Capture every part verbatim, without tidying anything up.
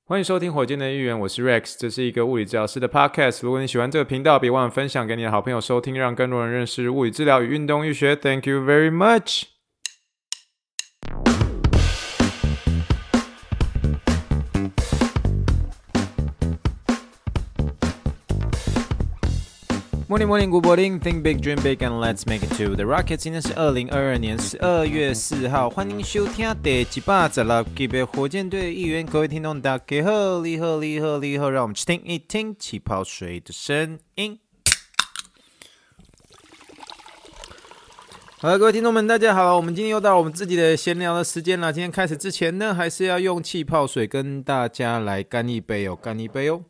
欢迎收听火箭的议员，我是 Rex， 这是一个物理治疗师的 podcast。如果你喜欢这个频道，别忘了分享给你的好朋友收听，让更多人认识物理治疗与运动医学。Thank you very much。Morning, morning, good morning. Think big, dream big, and let's make it to the rocket. 今天是二零二二年十二月四号，欢迎收听第一百十六集的火箭队议员。各位听众，大家好，你好，你好，你好，让我们去听一听气泡水的声音。好了，各位听众们，大家好，我们今天又到了我们自己的闲聊的时间了。今天开始之前呢，还是要用气泡水跟大家来干一杯哦，干一杯哦。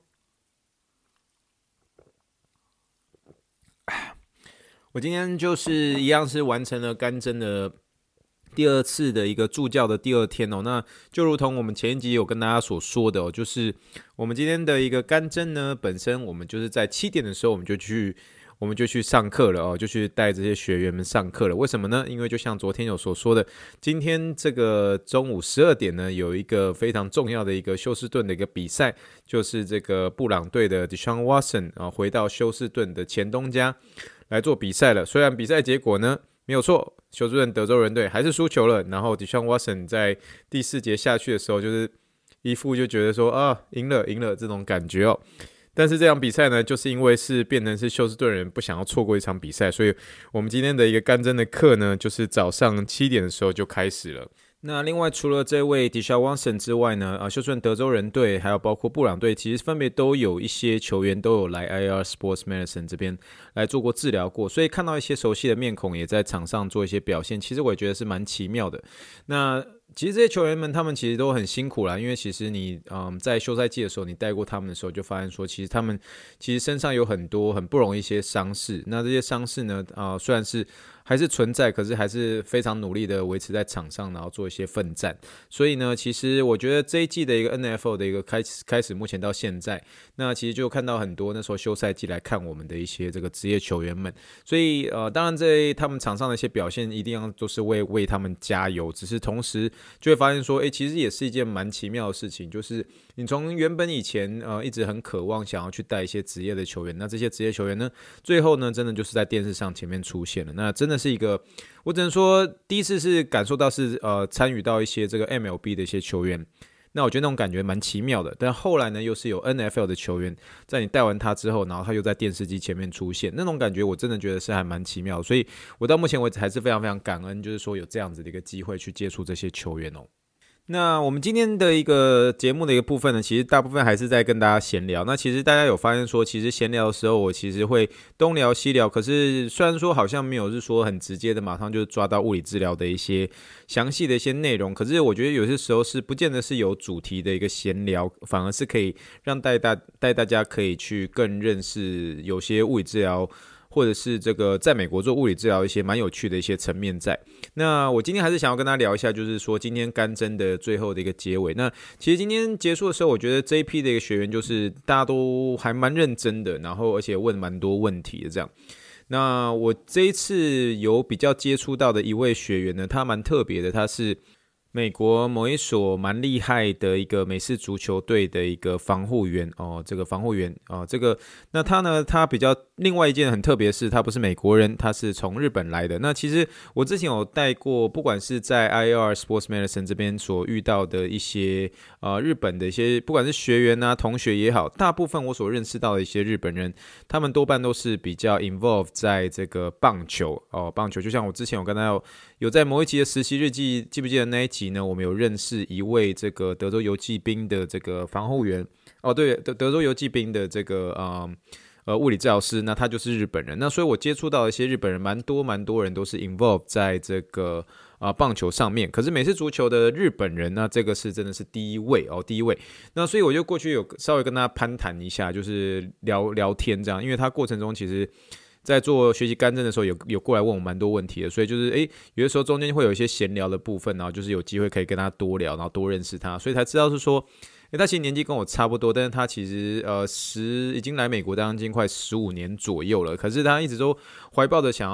我今天就是一样是完成了干针的第二次的一个助教的第二天哦，那就如同我们前一集有跟大家所说的哦，就是我们今天的一个干针呢，本身我们就是在七点的时候我们就去我们就去上课了哦，就去带这些学员们上课了。为什么呢？因为就像昨天有所说的，今天这个中午十二点呢，有一个非常重要的一个休斯顿的一个比赛，就是这个布朗队的 Deshaun Watson 啊，回到休斯顿的前东家来做比赛了。虽然比赛结果呢没有错，休斯顿德州人队还是输球了，然后 Deshaun Watson 在第四节下去的时候，就是一副就觉得说啊赢了赢了这种感觉哦。但是这场比赛呢，就是因为是变成是休斯顿人不想要错过一场比赛，所以我们今天的一个干针的课呢，就是早上七点的时候就开始了。那另外除了这位 Deshaun Watson 之外呢，啊，休斯顿德州人队还有包括布朗队，其实分别都有一些球员都有来 I R Sports Medicine 这边来做过治疗过，所以看到一些熟悉的面孔也在场上做一些表现，其实我也觉得是蛮奇妙的。那其实这些球员们他们其实都很辛苦啦，因为其实你嗯在休赛季的时候你带过他们的时候，就发现说其实他们其实身上有很多很不容易一些伤势。那这些伤势呢，啊、呃、虽然是还是存在，可是还是非常努力的维持在场上，然后做一些奋战。所以呢，其实我觉得这一季的一个 N F L 的一个开始，开始目前到现在，那其实就看到很多那时候休赛季来看我们的一些这个职业球员们。所以呃，当然在他们场上的一些表现，一定要都是为为他们加油。只是同时就会发现说，哎，其实也是一件蛮奇妙的事情，就是你从原本以前呃一直很渴望想要去带一些职业的球员，那这些职业球员呢，最后呢，真的就是在电视上前面出现了。那真的是一个，我只能说第一次是感受到是呃参与到一些这个 M L B 的一些球员，那我觉得那种感觉蛮奇妙的。但后来呢，又是有 N F L 的球员在你带完他之后，然后他又在电视机前面出现，那种感觉我真的觉得是还蛮奇妙的。所以我到目前为止还是非常非常感恩，就是说有这样子的一个机会去接触这些球员哦。那我们今天的一个节目的一个部分呢，其实大部分还是在跟大家闲聊。那其实大家有发现说，其实闲聊的时候，我其实会东聊西聊。可是虽然说好像没有是说很直接的，马上就抓到物理治疗的一些详细的一些内容。可是我觉得有些时候是不见得是有主题的一个闲聊，反而是可以让带大带大家可以去更认识有些物理治疗，或者是这个在美国做物理治疗一些蛮有趣的一些层面在。那我今天还是想要跟大家聊一下，就是说今天干针的最后的一个结尾。那其实今天结束的时候，我觉得这一批的一个学员就是大家都还蛮认真的，然后而且问蛮多问题的这样。那我这一次有比较接触到的一位学员呢，他蛮特别的，他是美国某一所蛮厉害的一个美式足球队的一个防护员哦，这个防护员哦，这个那他呢，他比较另外一件很特别的是，他不是美国人，他是从日本来的。那其实我之前有带过，不管是在 I R Sports Medicine 这边所遇到的一些呃日本的一些，不管是学员啊、同学也好，大部分我所认识到的一些日本人，他们多半都是比较 involve 在这个棒球哦，棒球就像我之前有跟他有有在某一集的实习日记，记不记得那一集？我们有认识一位这个德州游骑兵的这个防护员哦，对，德德州游骑兵的这个呃呃物理治疗师，那他就是日本人。那所以我接触到一些日本人，蛮多蛮多人都是 involve 在这个啊、呃、棒球上面。可是美式足球的日本人，那这个是真的是第一位哦，第一位。那所以我就过去有稍微跟他攀谈一下，就是聊聊天这样，因为他过程中其实在做学习干针的时候有，有过来问我蛮多问题的，所以就是诶，有的时候中间会有一些闲聊的部分，然后就是有机会可以跟他多聊，然后多认识他，所以才知道是说，诶，他其实年纪跟我差不多，但是他其实呃十已经来美国将近快十五年左右了，可是他一直都怀抱着想要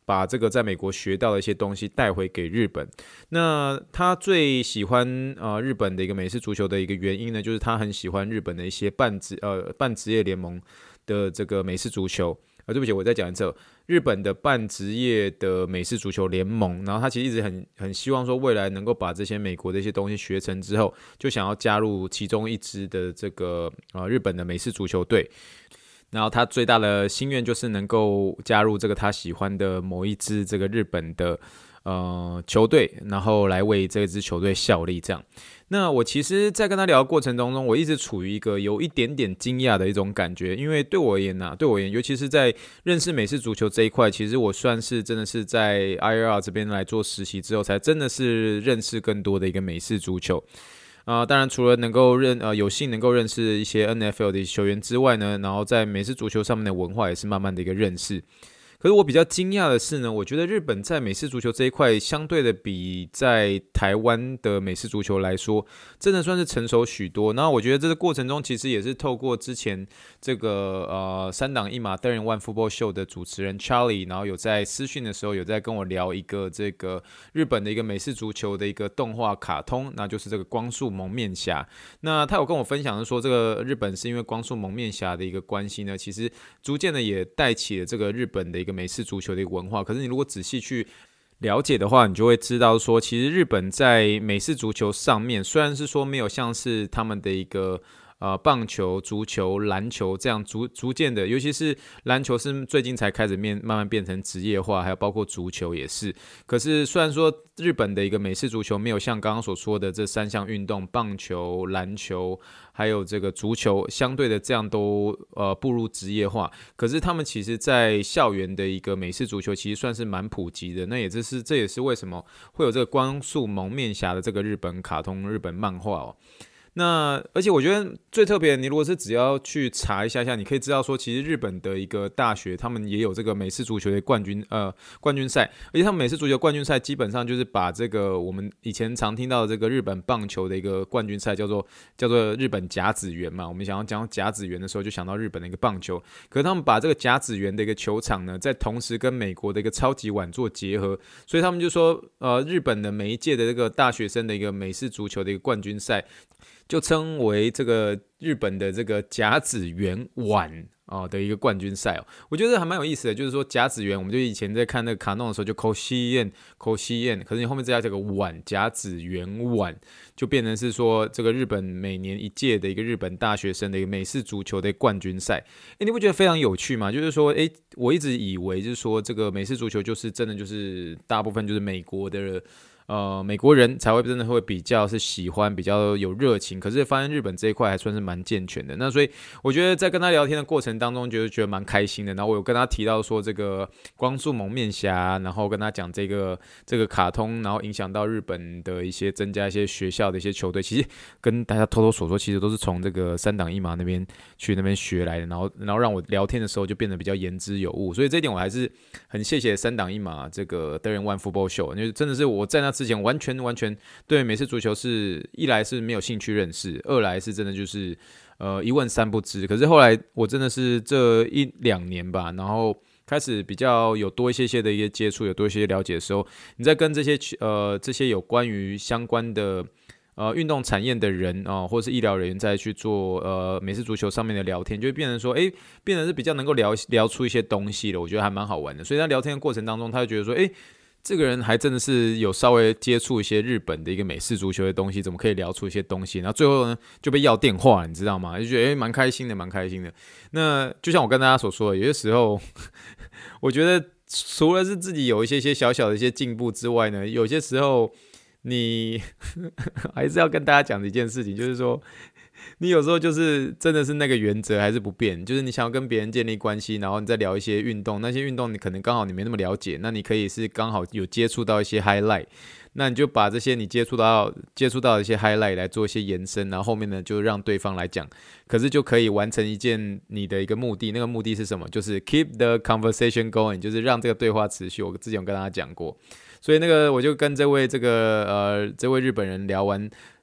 把这个在美国学到的一些东西带回给日本。那他最喜欢呃日本的一个美式足球的一个原因呢，就是他很喜欢日本的一些半职呃半职业联盟的这个美式足球。啊，对不起，我再讲一次，日本的半职业的美式足球联盟，然后他其实一直很很希望说未来能够把这些美国的一些东西学成之后，就想要加入其中一支的这个呃日本的美式足球队。然后他最大的心愿就是能够加入这个他喜欢的某一支这个日本的呃球队，然后来为这支球队效力这样。那我其实，在跟他聊的过程当中，我一直处于一个有一点点惊讶的一种感觉，因为对我而言啊，对我而言，尤其是在认识美式足球这一块，其实我算是真的是在 I R 这边来做实习之后，才真的是认识更多的一个美式足球。啊、呃，当然除了能够认呃有幸能够认识一些 N F L 的球员之外呢，然后在美式足球上面的文化也是慢慢的一个认识。可是我比较惊讶的是呢，我觉得日本在美式足球这一块相对的比在台湾的美式足球来说，真的算是成熟许多。然后我觉得这个过程中，其实也是透过之前这个呃三档一码 Third and One Football Show 的主持人 Charlie， 然后有在私讯的时候有在跟我聊一个这个日本的一个美式足球的一个动画卡通，那就是这个光速蒙面侠。那他有跟我分享的说，这个日本是因为光速蒙面侠的一个关系呢，其实逐渐的也带起了这个日本的一个美式足球的一个文化。可是你如果仔细去了解的话，你就会知道说，其实日本在美式足球上面，虽然是说没有像是他们的一个呃，棒球、足球、篮球这样逐逐渐的，尤其是篮球是最近才开始面慢慢变成职业化，还有包括足球也是。可是虽然说日本的一个美式足球没有像刚刚所说的这三项运动，棒球、篮球还有这个足球相对的这样都呃步入职业化，可是他们其实在校园的一个美式足球其实算是蛮普及的。那也就是这也是为什么会有这个光速蒙面侠的这个日本卡通、日本漫画哦。那而且我觉得最特别的，你如果是只要去查一下下，你可以知道说，其实日本的一个大学，他们也有这个美式足球的冠军呃冠军赛，而且他们美式足球冠军赛基本上就是把这个我们以前常听到的这个日本棒球的一个冠军赛叫做叫做日本甲子园嘛，我们想要讲甲子园的时候就想到日本的一个棒球，可是他们把这个甲子园的一个球场呢，在同时跟美国的一个超级碗做结合，所以他们就说呃日本的每一届的这个大学生的一个美式足球的一个冠军赛。就称为这个日本的这个甲子园碗哦的一个冠军赛哦，我觉得还蛮有意思的，就是说甲子园，我们就以前在看那个卡弄的时候就口西宴口西宴，可是你后面再加这个碗甲子园碗，就变成是说这个日本每年一届的一个日本大学生的一个美式足球的冠军赛，哎，你不觉得非常有趣吗？就是说，哎，我一直以为就是说这个美式足球就是真的就是大部分就是美国的。呃，美国人才会真的会比较是喜欢，比较有热情，可是发现日本这一块还算是蛮健全的。那所以我觉得在跟他聊天的过程当中，觉得觉得蛮开心的。然后我有跟他提到说这个光速蒙面侠，然后跟他讲这个这个卡通，然后影响到日本的一些增加一些学校的一些球队。其实跟大家偷偷所说，其实都是从这个三档一码那边去那边学来的。然后然后让我聊天的时候就变得比较言之有物。所以这一点我还是很谢谢三档一码这个 Third and One Football Show， 因为真的是我在那之前完全完全对美式足球是一来是没有兴趣认识，二来是真的就是呃一问三不知。可是后来我真的是这一两年吧，然后开始比较有多一些些的一些接触，有多一些了解的时候，你在跟这些呃这些有关于相关的呃运动产业的人啊、呃，或者是医疗人员再去做呃美式足球上面的聊天，就会变成说，哎，变成是比较能够聊聊出一些东西了。我觉得还蛮好玩的。所以在聊天的过程当中，他就觉得说，哎。这个人还真的是有稍微接触一些日本的一个美式足球的东西，怎么可以聊出一些东西？然后最后呢就被要电话，你知道吗？就觉得诶蛮开心的，蛮开心的。那就像我跟大家所说的，有些时候我觉得除了是自己有一些些小小的一些进步之外呢，有些时候你还是要跟大家讲的一件事情，就是说。你有时候就是真的是那个原则还是不变，就是你想要跟别人建立关系，然后你再聊一些运动，那些运动你可能刚好你没那么了解，那你可以是刚好有接触到一些 highlight， 那你就把这些你接触到接触到的一些 highlight 来做一些延伸，然后后面呢就让对方来讲，可是就可以完成一件你的一个目的，那个目的是什么？就是 keep the conversation going， 就是让这个对话持续。我之前有跟大家讲过，所以那个我就跟这位这个呃这位日本人聊完。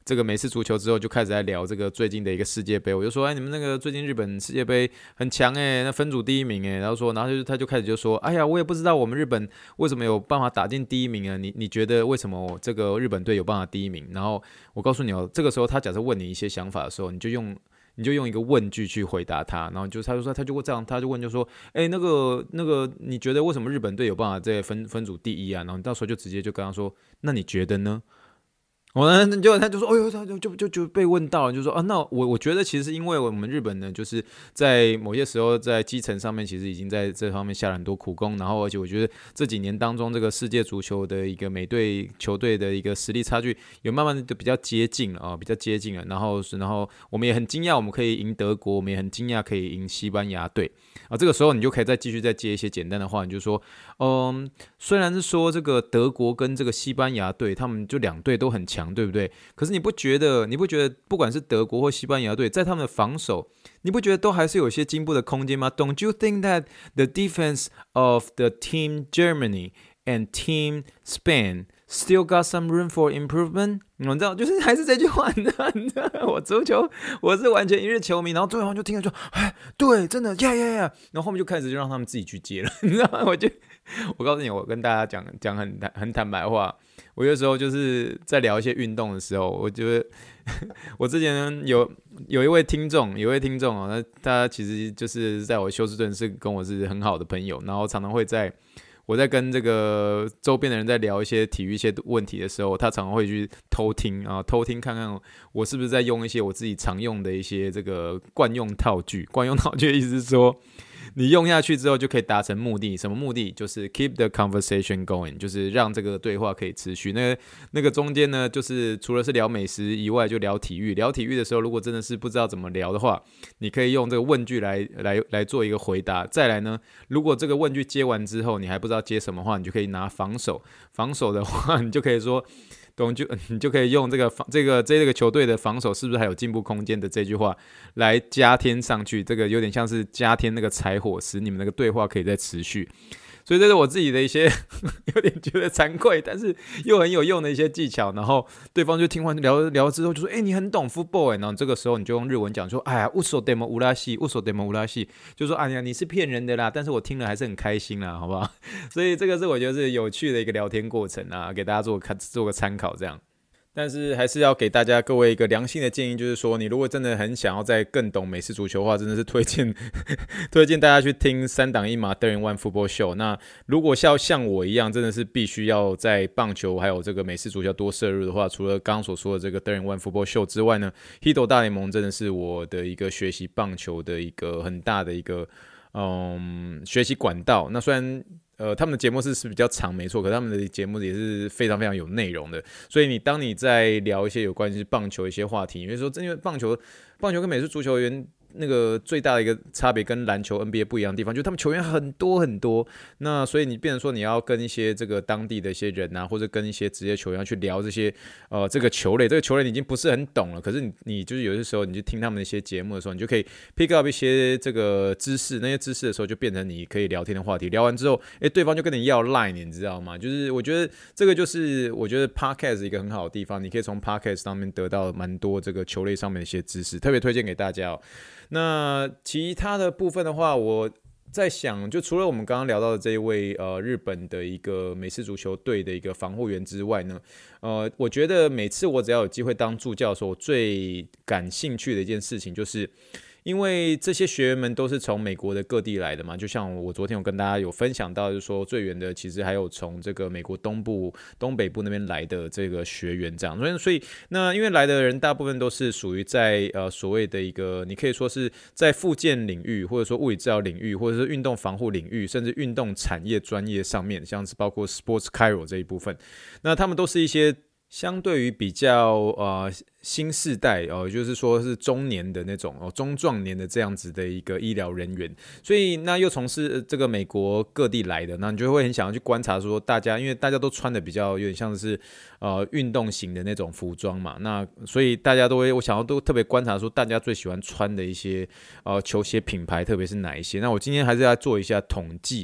这个美式足球之后，就开始在聊这个最近的一个世界杯。我就说，哎，你们那个最近日本世界杯很强哎，那分组第一名哎。然后说，然后就他就开始就说，哎呀，我也不知道我们日本为什么有办法打进第一名啊？你你觉得为什么这个日本队有办法第一名？然后我告诉你哦，这个时候他假设问你一些想法的时候，你就用。你就用一个问句去回答他，然后就他就说他就这样，他就问就说，哎、欸，那个那个，你觉得为什么日本队有办法在分分组第一啊？然后你到时候就直接就跟他说，那你觉得呢？我呢，就他就说，哎呦，他就就就就被问到了，就说啊，那我我觉得其实是因为我们日本呢，就是在某些时候在基层上面，其实已经在这方面下了很多苦功，然后而且我觉得这几年当中，这个世界足球的一个每队球队的一个实力差距，有慢慢的比较接近了啊，比较接近了，然后然后我们也很惊讶，我们可以赢德国，我们也很惊讶可以赢西班牙队啊，这个时候你就可以再继续再接一些简单的话，你就说，嗯，虽然是说这个德国跟这个西班牙队，他们就两队都很强。对不对？可是你不觉得？你不觉得不管是德国或西班牙队，在他们的防守，你不觉得都还是有一些进步的空间吗 ？Don't you think that the defense of the team Germany and team Spain still got some room for improvement？ 你知道，就是还是这句话，你知道？你知道我足球我是完全一日球迷，然后最后就听了就，哎，对，真的，呀呀呀！然后后面就开始就让他们自己去接了，你知道吗？我就我告诉你，我跟大家讲讲很很坦白话。我有时候就是在聊一些运动的时候，我觉得我之前有有一位听众，有一位听众哦，那他其实就是在我休斯顿是跟我是很好的朋友，然后常常会在我在跟这个周边的人在聊一些体育一些问题的时候，他常常会去偷听啊，偷听看看我是不是在用一些我自己常用的一些这个惯用套句。惯用套句的意思是说，你用下去之后就可以达成目的，什么目的？就是 keep the conversation going， 就是让这个对话可以持续。那个那个中间呢，就是除了是聊美食以外，就聊体育。聊体育的时候，如果真的是不知道怎么聊的话，你可以用这个问句来来来做一个回答。再来呢，如果这个问句接完之后，你还不知道接什么话，你就可以拿防守。防守的话，你就可以说。懂就你就可以用这个这个这个球队的防守是不是还有进步空间的这句话来加添上去，这个有点像是加添那个柴火，使你们那个对话可以再持续。所以这是我自己的一些有点觉得惭愧，但是又很有用的一些技巧。然后对方就听完聊聊之后就说：“哎、欸，你很懂 football 哎。”然后这个时候你就用日文讲说：“哎呀，乌索德摩乌拉西，乌索德摩乌拉西。”就说：“哎呀，你是骗人的啦！”但是我听了还是很开心啦，好不好？所以这个是我觉得是有趣的一个聊天过程啊，给大家做个做个参考这样。但是还是要给大家各位一个良心的建议，就是说，你如果真的很想要再更懂美式足球的话，真的是推荐推荐大家去听三档一码 Third and One Football Show。那如果像像我一样，真的是必须要在棒球还有这个美式足球多摄入的话，除了刚刚所说的这个 Third and One Football Show 之外呢 ，Hito 大联盟真的是我的一个学习棒球的一个很大的一个嗯学习管道。那虽然呃，他们的节目是是比较长，没错，可是他们的节目也是非常非常有内容的。所以你当你在聊一些有关于棒球的一些话题，因为说，因为棒球，棒球跟美式足球员那个最大的一个差别跟篮球 N B A 不一样的地方，就是他们球员很多很多。那所以你变成说你要跟一些这个当地的一些人啊，或者跟一些职业球员去聊这些呃这个球类，这个球类你已经不是很懂了，可是你你就是有些时候你就听他们的一些节目的时候，你就可以 pick up 一些这个知识，那些知识的时候就变成你可以聊天的话题。聊完之后，哎，对方就跟你要 line， 你知道吗？就是我觉得这个就是我觉得 podcast 一个很好的地方，你可以从 podcast 上面得到蛮多这个球类上面的一些知识，特别推荐给大家哦。那其他的部分的话，我在想，就除了我们刚刚聊到的这一位呃日本的一个美式足球队的一个防护员之外呢，呃，我觉得每次我只要有机会当助教的时候，我最感兴趣的一件事情就是。因为这些学员们都是从美国的各地来的嘛，就像我昨天有跟大家有分享到，就是说最远的其实还有从这个美国东部、东北部那边来的这个学员这样，所以所以那因为来的人大部分都是属于在呃所谓的一个，你可以说是在复健领域，或者说物理治疗领域，或者是运动防护领域，甚至运动产业专业上面，像是包括 Sports Chiro 这一部分，那他们都是一些。相对于比较呃新世代哦、呃，就是说是中年的那种哦中壮年的这样子的一个医疗人员，所以那又从事这个美国各地来的，那你就会很想要去观察说大家，因为大家都穿的比较有点像是呃运动型的那种服装嘛，那所以大家都会我想要都特别观察说大家最喜欢穿的一些呃球鞋品牌，特别是哪一些？那我今天还是要做一下统计啊。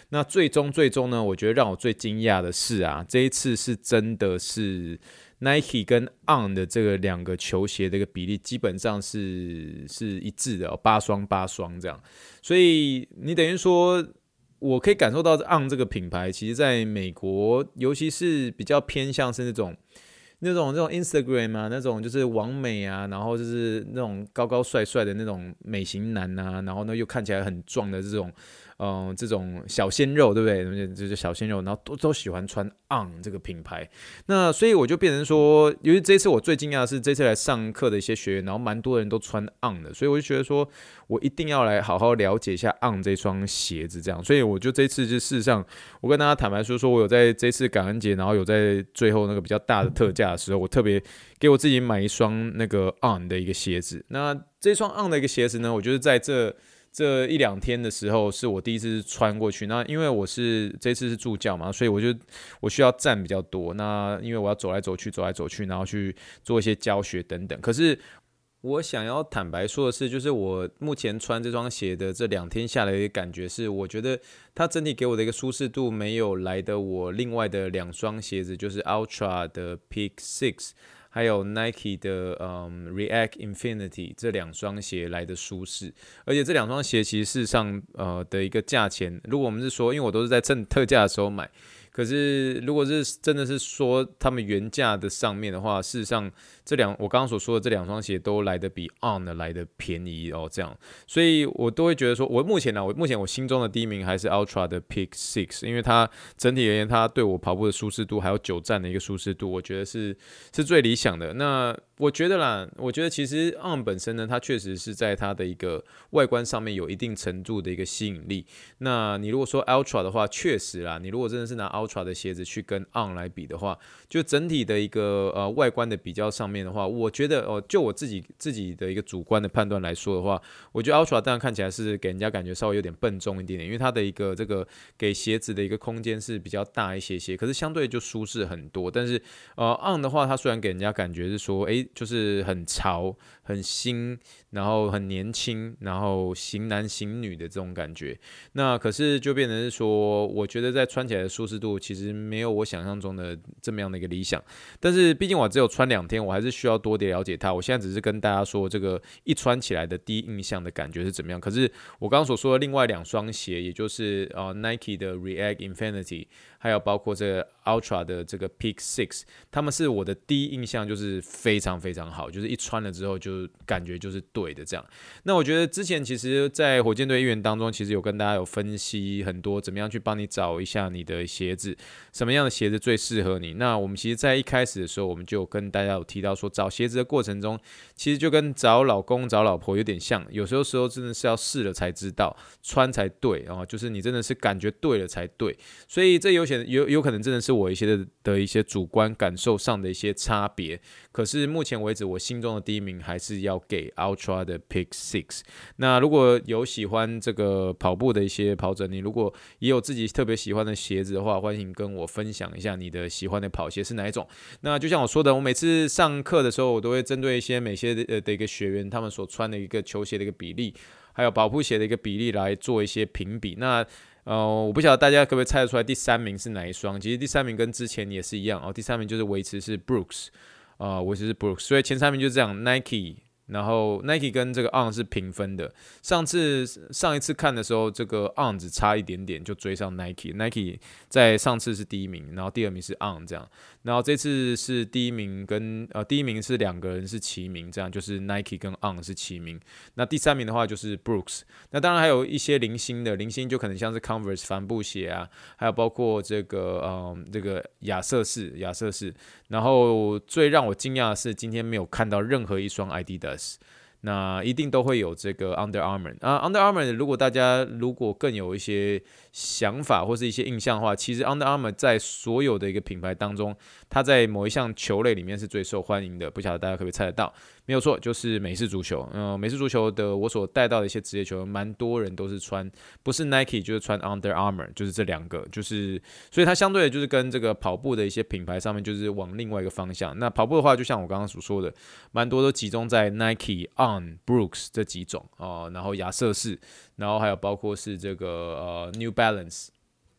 那最终最终呢，我觉得让我最惊讶的是啊，这一次是真的是 Nike 跟 On 的这个两个球鞋的一个比例基本上是是一致的、哦，八双八双这样。所以你等于说，我可以感受到 On 这个品牌，其实在美国，尤其是比较偏向是那种。那种那种 Instagram 啊，那种就是网美啊，然后就是那种高高帅帅的那种美型男啊，然后呢又看起来很壮的这种，嗯、呃，这种小鲜肉，对不对？就是小鲜肉，然后都都喜欢穿 On 这个品牌。那所以我就变成说，由于这一次我最惊讶的是，这次来上课的一些学员，然后蛮多人都穿 On 的，所以我就觉得说我一定要来好好了解一下 On 这双鞋子，这样。所以我就这次就事实上，我跟大家坦白说，说我有在这次感恩节，然后有在最后那个比较大的特价的时候，我特别给我自己买一双那个 On 的一个鞋子。那这双 On 的一个鞋子呢，我就是在这这一两天的时候，是我第一次穿过去。那因为我是这次是助教嘛，所以我就我需要站比较多。那因为我要走来走去，走来走去，然后去做一些教学等等。可是我想要坦白说的是，就是我目前穿这双鞋的这两天下来的感觉是，我觉得它整体给我的一个舒适度没有来的我另外的两双鞋子，就是 Ultra 的 Peak Six， 还有 Nike 的、嗯、React Infinity 这两双鞋来的舒适。而且这两双鞋其实事实上呃的一个价钱，如果我们是说，因为我都是在正特价的时候买。可是，如果是真的是说他们原价的上面的话，事实上这两我刚刚所说的这两双鞋都来的比 On 的来的便宜哦，这样，所以我都会觉得说，我目前呢，我目前我心中的第一名还是 Ultra 的 Peak Six， 因为它整体而言，它对我跑步的舒适度还有久站的一个舒适度，我觉得是是最理想的。那我觉得啦，我觉得其实 On 本身呢，它确实是在它的一个外观上面有一定程度的一个吸引力。那你如果说 Ultra 的话，确实啦，你如果真的是拿 Ultra 的鞋子去跟 On 来比的话，就整体的一个呃外观的比较上面的话，我觉得哦，就我自己自己的一个主观的判断来说的话，我觉得 Ultra 当然看起来是给人家感觉稍微有点笨重一点点，因为它的一个这个给鞋子的一个空间是比较大一些些，可是相对就舒适很多。但是呃 On 的话，它虽然给人家感觉是说，哎，就是很潮、很新，然后很年轻，然后型男型女的这种感觉，那可是就变成是说，我觉得在穿起来的舒适度其实没有我想象中的这么样的一个理想。但是毕竟我只有穿两天，我还是需要多点了解它。我现在只是跟大家说，这个一穿起来的第一印象的感觉是怎么样。可是我刚刚所说的另外两双鞋，也就是呃 Nike 的 React Infinity， 还有包括这个 Ultra 的这个 Peak Six， 他们是我的第一印象就是非常非常好，就是一穿了之后就感觉就是对的这样。那我觉得之前其实，在火箭队一员当中，其实有跟大家有分析很多，怎么样去帮你找一下你的鞋子，什么样的鞋子最适合你。那我们其实，在一开始的时候，我们就跟大家有提到说，找鞋子的过程中，其实就跟找老公、找老婆有点像，有时候时候真的是要试了才知道，穿才对啊，就是你真的是感觉对了才对。所以这有显有有可能真的是我一些的的一些主观感受上的一些差别。可是目前为止，我心中的第一名还是要给 Ultra 的 Peak Six。那如果有喜欢这个跑步的一些跑者，你如果也有自己特别喜欢的鞋子的话，欢迎跟我分享一下你的喜欢的跑鞋是哪一种。那就像我说的，我每次上课的时候，我都会针对一些每些的的一个学员，他们所穿的一个球鞋的一个比例，还有跑步鞋的一个比例来做一些评比。那呃，我不晓得大家可不可以猜得出来第三名是哪一双？其实第三名跟之前也是一样哦，第三名就是维持是 Brooks， 啊、呃，维持是 Brooks， 所以前三名就这样 Nike。然后 Nike 跟这个 On 是平分的。上次上一次看的时候，这个 On 只差一点点就追上 Nike。Nike 在上次是第一名，然后第二名是 On 这样。然后这次是第一名跟呃第一名是两个人是齐名，这样就是 Nike 跟 On 是齐名。那第三名的话就是 Brooks。那当然还有一些零星的，零星就可能像是 Converse 帆布鞋啊，还有包括这个嗯这个亚瑟士亚瑟士。然后最让我惊讶的是，今天没有看到任何一双 Adidas。那一定都会有这个 Under Armour 啊 ，Under Armour 如果大家如果更有一些想法或是一些印象的话，其实 Under Armour 在所有的一个品牌当中，它在某一项球类里面是最受欢迎的。不晓得大家可不可以猜得到？没有错，就是美式足球。嗯、呃，美式足球的我所带到的一些职业球员，蛮多人都是穿不是 Nike 就是穿 Under Armour， 就是这两个，就是所以它相对的就是跟这个跑步的一些品牌上面就是往另外一个方向。那跑步的话，就像我刚刚所说的，蛮多都集中在 Nike、On、Brooks 这几种哦、呃，然后亚瑟士，然后还有包括是这个呃 New Balance。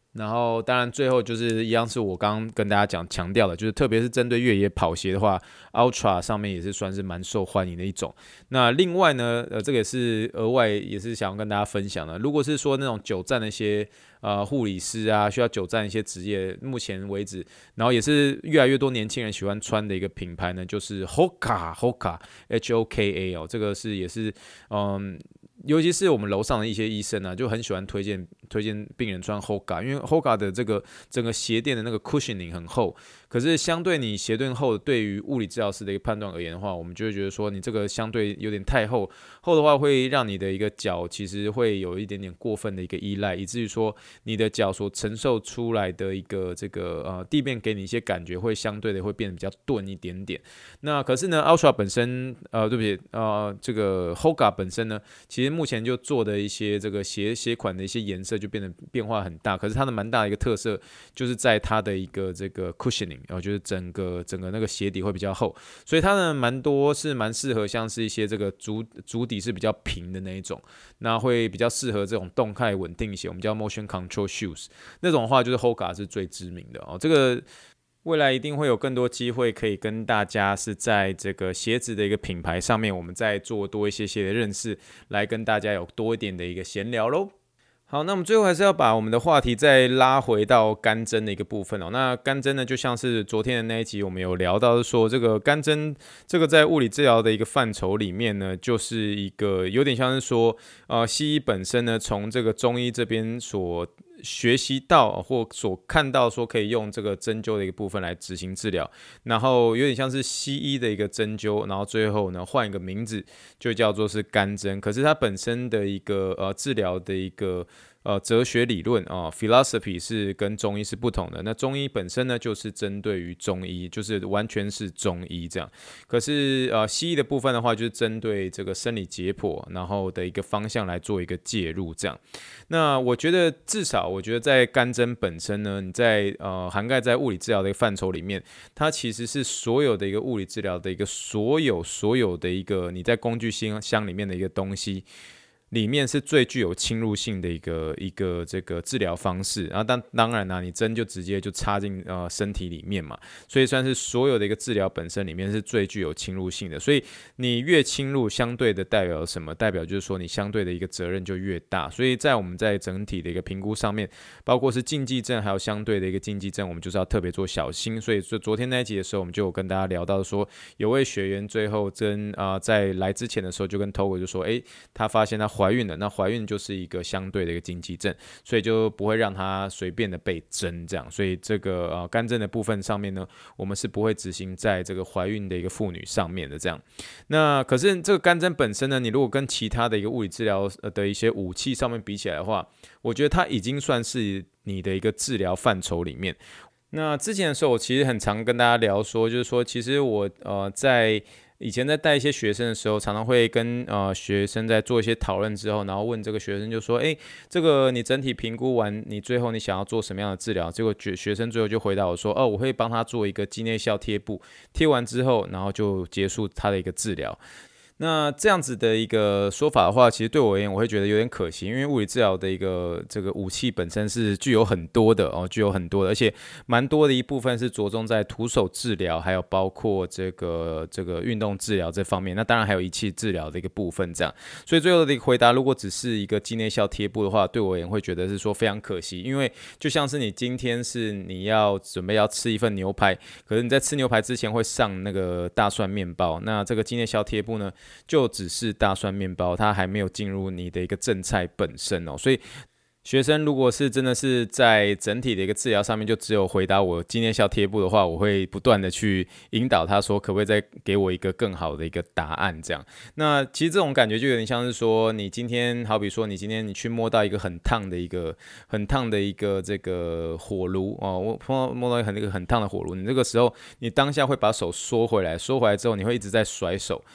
然后，当然最后就是一样是我刚刚跟大家讲强调的，就是特别是针对越野跑鞋的话 ，Ultra 上面也是算是蛮受欢迎的一种。那另外呢，呃，这个也是额外也是想要跟大家分享的。如果是说那种久站的一些呃护理师啊，需要久站一些职业，目前为止，然后也是越来越多年轻人喜欢穿的一个品牌呢，就是 Hoka Hoka H O K A 哦，这个是也是嗯。尤其是我们楼上的一些医生啊，就很喜欢推荐推荐病人穿 Hoka， 因为 Hoka 的这个整个鞋垫的那个 cushioning 很厚，可是相对你鞋垫厚，对于物理治疗师的一个判断而言的话，我们就会觉得说你这个相对有点太厚，厚的话会让你的一个脚其实会有一点点过分的一个依赖，以至于说你的脚所承受出来的一个这个呃地面给你一些感觉会相对的会变得比较钝一点点。那可是呢 Ultra 本身呃对不起呃这个 Hoka 本身呢，其实目前就做的一些这个鞋鞋款的一些颜色就变得变化很大，可是它的蛮大的一个特色就是在它的一个这个 cushioning， 然后就是整个整个那个鞋底会比较厚，所以它呢蛮多是蛮适合像是一些这个足足底是比较平的那一种，那会比较适合这种动态稳定鞋，我们叫 motion control shoes， 那种的话就是 Hoka 是最知名的哦，这个。未来一定会有更多机会可以跟大家是在这个鞋子的一个品牌上面，我们再做多一些些的认识，来跟大家有多一点的一个闲聊咯。好，那我们最后还是要把我们的话题再拉回到干针的一个部分哦。那干针呢，就像是昨天的那一集我们有聊到说，这个干针这个在物理治疗的一个范畴里面呢，就是一个有点像是说，呃，西医本身呢，从这个中医这边所学习到或所看到说可以用这个针灸的一个部分来执行治疗，然后有点像是西医的一个针灸，然后最后呢换一个名字就叫做是干针，可是它本身的一个呃治疗的一个呃哲学理论啊、呃、philosophy 是跟中医是不同的。那中医本身呢就是针对于中医，就是完全是中医这样。可是呃西医的部分的话，就是针对这个生理解剖，然后的一个方向来做一个介入这样。那我觉得至少我觉得在干针本身呢，你在呃涵盖在物理治疗的一个范畴里面，它其实是所有的一个物理治疗的一个所有所有的一个你在工具箱里面的一个东西。里面是最具有侵入性的一个一个这个治疗方式，然后当当然啦、啊，你针就直接就插进呃身体里面嘛，所以算是所有的一个治疗本身里面是最具有侵入性的，所以你越侵入，相对的代表什么？代表就是说你相对的一个责任就越大，所以在我们在整体的一个评估上面，包括是禁忌症还有相对的一个禁忌症，我们就是要特别做小心。所以说昨天那一集的时候，我们就有跟大家聊到说，有位学员最后跟啊、呃、在来之前的时候就跟 Togo 就说，哎，他发现他怀孕了，那怀孕就是一个相对的一个禁忌症，所以就不会让他随便的被针这样，所以这个呃干针的部分上面呢，我们是不会执行在这个怀孕的一个妇女上面的这样。那可是这个干针本身呢，你如果跟其他的一个物理治疗的一些武器上面比起来的话，我觉得它已经算是你的一个治疗范畴里面。那之前的时候，我其实很常跟大家聊说，就是说，其实我呃在以前在带一些学生的时候，常常会跟呃学生在做一些讨论之后，然后问这个学生就说，哎，这个你整体评估完，你最后你想要做什么样的治疗？结果学学生最后就回答我说，哦，我会帮他做一个肌内效贴布，贴完之后，然后就结束他的一个治疗。那这样子的一个说法的话，其实对我而言，我会觉得有点可惜，因为物理治疗的一个这个武器本身是具有很多的哦，具有很多的，而且蛮多的一部分是着重在徒手治疗，还有包括这个这个运动治疗这方面。那当然还有仪器治疗的一个部分，这样。所以最后的一个回答，如果只是一个肌内效贴布的话，对我而言会觉得是说非常可惜，因为就像是你今天是你要准备要吃一份牛排，可是你在吃牛排之前会上那个大蒜面包，那这个肌内效贴布呢？就只是大蒜面包，它还没有进入你的一个正菜本身哦，所以学生如果是真的是在整体的一个治疗上面，就只有回答我肌内效贴布的话，我会不断的去引导他说，可不可以再给我一个更好的一个答案这样。那其实这种感觉就有点像是说，你今天好比说你今天你去摸到一个很烫的一个很烫的一个这个火炉哦，我碰到摸到一个很烫的火炉，你这个时候你当下会把手缩回来，缩回来之后你会一直在甩手。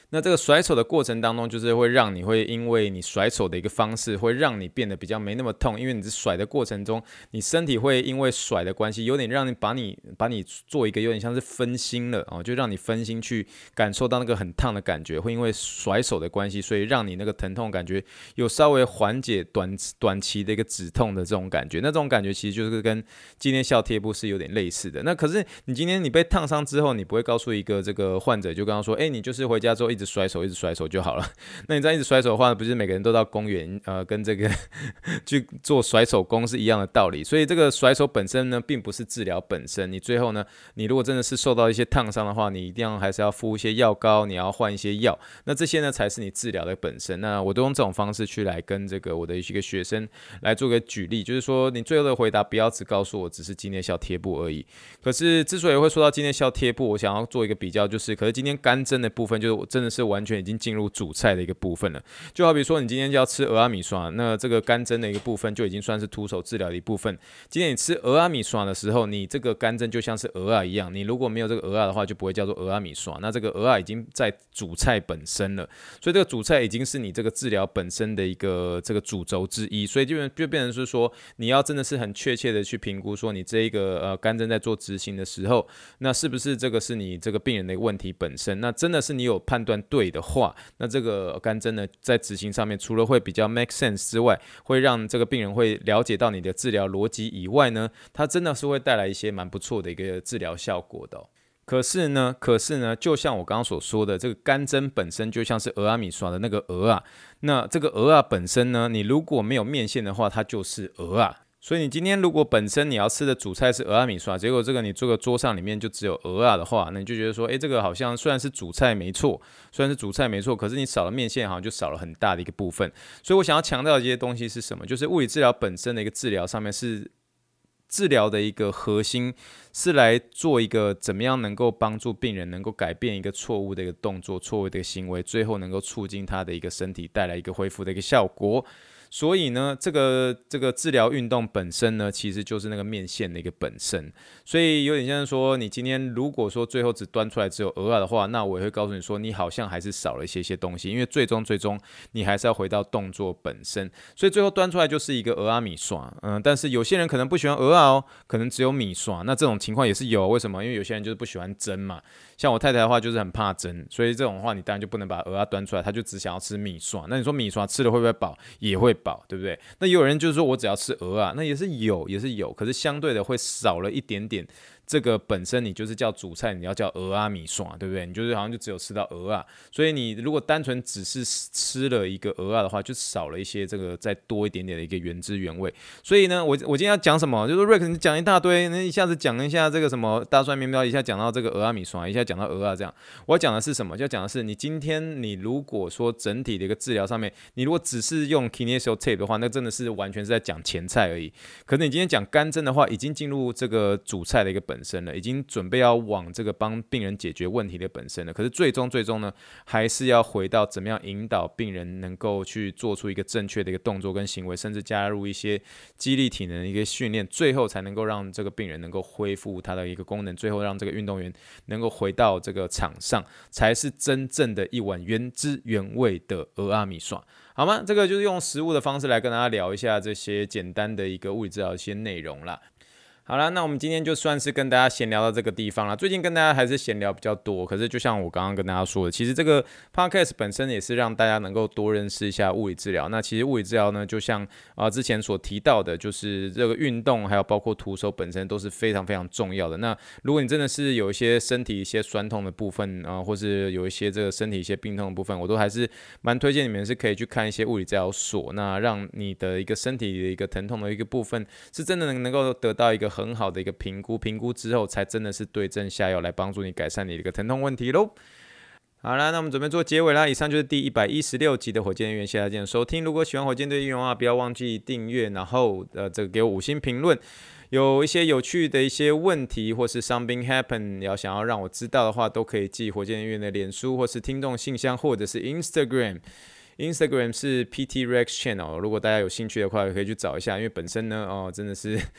那这个甩手的过程当中，就是会让你会因为你甩手的一个方式，会让你变得比较没那么痛，因为你在甩的过程中，你身体会因为甩的关系，有点让你把你把你做一个有点像是分心了哦，就让你分心去感受到那个很烫的感觉，会因为甩手的关系，所以让你那个疼痛感觉有稍微缓解短短期的一个止痛的这种感觉。那这种感觉其实就是跟肌腱效贴布是有点类似的。那可是你今天你被烫伤之后，你不会告诉一个这个患者就跟他说，哎、欸，你就是回家之后一直甩手，一直甩手就好了。那你这样一直甩手的话，不是每个人都到公园呃跟这个去做甩手功是一样的道理。所以这个甩手本身呢，并不是治疗本身。你最后呢，你如果真的是受到一些烫伤的话，你一定要还是要敷一些药膏，你要换一些药。那这些呢，才是你治疗的本身。那我都用这种方式去来跟这个我的一个学生来做个举例，就是说你最后的回答不要只告诉我只是肌腱效贴布而已。可是之所以会说到肌腱效贴布，我想要做一个比较，就是可是今天干针的部分，就是我真的是完全已经进入主菜的一个部分了。就好比说你今天就要吃俄阿米刷，那这个干针的一个部分就已经算是徒手治疗的一部分。今天你吃俄阿米刷的时候，你这个干针就像是俄阿一样，你如果没有这个俄阿的话，就不会叫做俄阿米刷。那这个俄阿已经在主菜本身了，所以这个主菜已经是你这个治疗本身的一个这个主轴之一，所以就就变成是说，你要真的是很确切的去评估说，你这一个呃干针在做执行的时候，那是不是这个是你这个病人的问题本身？那真的是你有判断对的话，那这个干针呢，在执行上面，除了会比较 make sense 之外，会让这个病人会了解到你的治疗逻辑以外呢，它真的是会带来一些蛮不错的一个治疗效果的、哦。可是呢，可是呢，就像我刚刚所说的，这个干针本身就像是俄阿米刷的那个俄啊，那这个俄啊本身呢，你如果没有面线的话，它就是俄啊。所以你今天如果本身你要吃的主菜是俄阿米刷，结果这个你这个桌上里面就只有俄啊的话，那你就觉得说，哎，这个好像虽然是主菜没错，虽然是主菜没错，可是你少了面线，好像就少了很大的一个部分。所以我想要强调的这些东西是什么？就是物理治疗本身的一个治疗上面是。治疗的一个核心是来做一个怎么样能够帮助病人能够改变一个错误的一个动作、错误的一个行为，最后能够促进他的一个身体带来一个恢复的一个效果。所以呢，这个这个治疗运动本身呢，其实就是那个面线的一个本身。所以有点像是说，你今天如果说最后只端出来只有鹅啊的话，那我也会告诉你说，你好像还是少了一些些东西，因为最终最终你还是要回到动作本身。所以最后端出来就是一个鹅啊米刷，嗯，但是有些人可能不喜欢鹅啊哦，可能只有米刷。那这种情况也是有，为什么？因为有些人就是不喜欢蒸嘛。像我太太的话，就是很怕蒸，所以这种话你当然就不能把鹅啊端出来，他就只想要吃米刷。那你说米刷吃了会不会饱？也会饱，对不对？那也有人就是说我只要吃鹅啊，那也是有，也是有，可是相对的会少了一点点。这个本身你就是叫主菜，你要叫鹅啊米刷，对不对？你就是好像就只有吃到鹅啊，所以你如果单纯只是吃了一个鹅啊的话，就少了一些这个再多一点点的一个原汁原味。所以呢，我我今天要讲什么？就是 Rick 你讲一大堆，那一下子讲一下这个什么大蒜面包，一下讲到这个鹅啊米刷，一下讲到鹅啊这样。我要讲的是什么？就讲的是你今天你如果说整体的一个治疗上面，你如果只是用 Kinesio Tape 的话，那真的是完全是在讲前菜而已。可是你今天讲干针的话，已经进入这个主菜的一个本身了，已经准备要往这个帮病人解决问题的本身了。可是最终最终呢，还是要回到怎么样引导病人能够去做出一个正确的一个动作跟行为，甚至加入一些肌力体能的一个训练，最后才能够让这个病人能够恢复他的一个功能，最后让这个运动员能够回到这个场上，才是真正的一碗原汁原味的俄阿米刷。好吗？这个就是用实物的方式来跟大家聊一下这些简单的一个物理治疗的一些内容啦。好啦，那我们今天就算是跟大家闲聊到这个地方了。最近跟大家还是闲聊比较多，可是就像我刚刚跟大家说的，其实这个 podcast 本身也是让大家能够多认识一下物理治疗。那其实物理治疗呢，就像啊、呃、之前所提到的，就是这个运动还有包括徒手本身都是非常非常重要的。那如果你真的是有一些身体一些酸痛的部分啊、呃，或是有一些这个身体一些病痛的部分，我都还是蛮推荐你们是可以去看一些物理治疗所，那让你的一个身体的一个疼痛的一个部分是真的能能够得到一个很好的一个评估，评估之后才真的是对症下药，来帮助你改善你的一个疼痛问题咯。好啦，那我们准备做结尾啦。以上就是第一百一十六集的火箭队员，谢谢大家的收听。如果喜欢火箭队员的话，不要忘记订阅，然后呃，这个给我五星评论。有一些有趣的一些问题，或是 something happen， 要想要让我知道的话，都可以寄火箭队员的脸书，或是听众信箱，或者是 Instagram。Instagram 是 P T Rex Channel， 如果大家有兴趣的话，可以去找一下，因为本身呢，哦，真的是。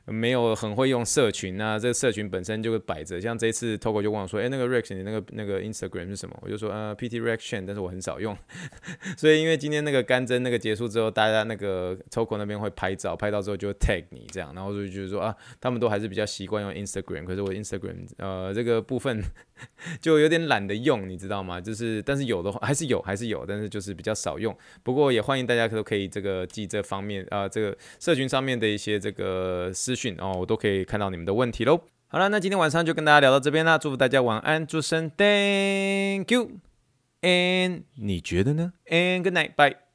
没有很会用社群，那这个社群本身就会摆着。像这一次 Togo 就问我说：“哎、欸，那个 Rex 你那个那个 Instagram 是什么？”我就说：“呃 ，P T Reaction， 但是我很少用。”所以因为今天那个干针那个结束之后，大家那个 Togo 那边会拍照，拍到之后就会 tag 你这样，然后就觉得说啊，他们都还是比较习惯用 Instagram， 可是我 Instagram 呃这个部分就有点懒得用，你知道吗？就是但是有的话还是有还是有，但是就是比较少用。不过也欢迎大家都可以这个记这方面啊、呃，这个社群上面的一些这个私讯哦，我都可以看到你们的问题喽。好了，那今天晚上就跟大家聊到这边啦，祝福大家晚安，祝生 Thank you，and 你觉得呢？And good night，bye。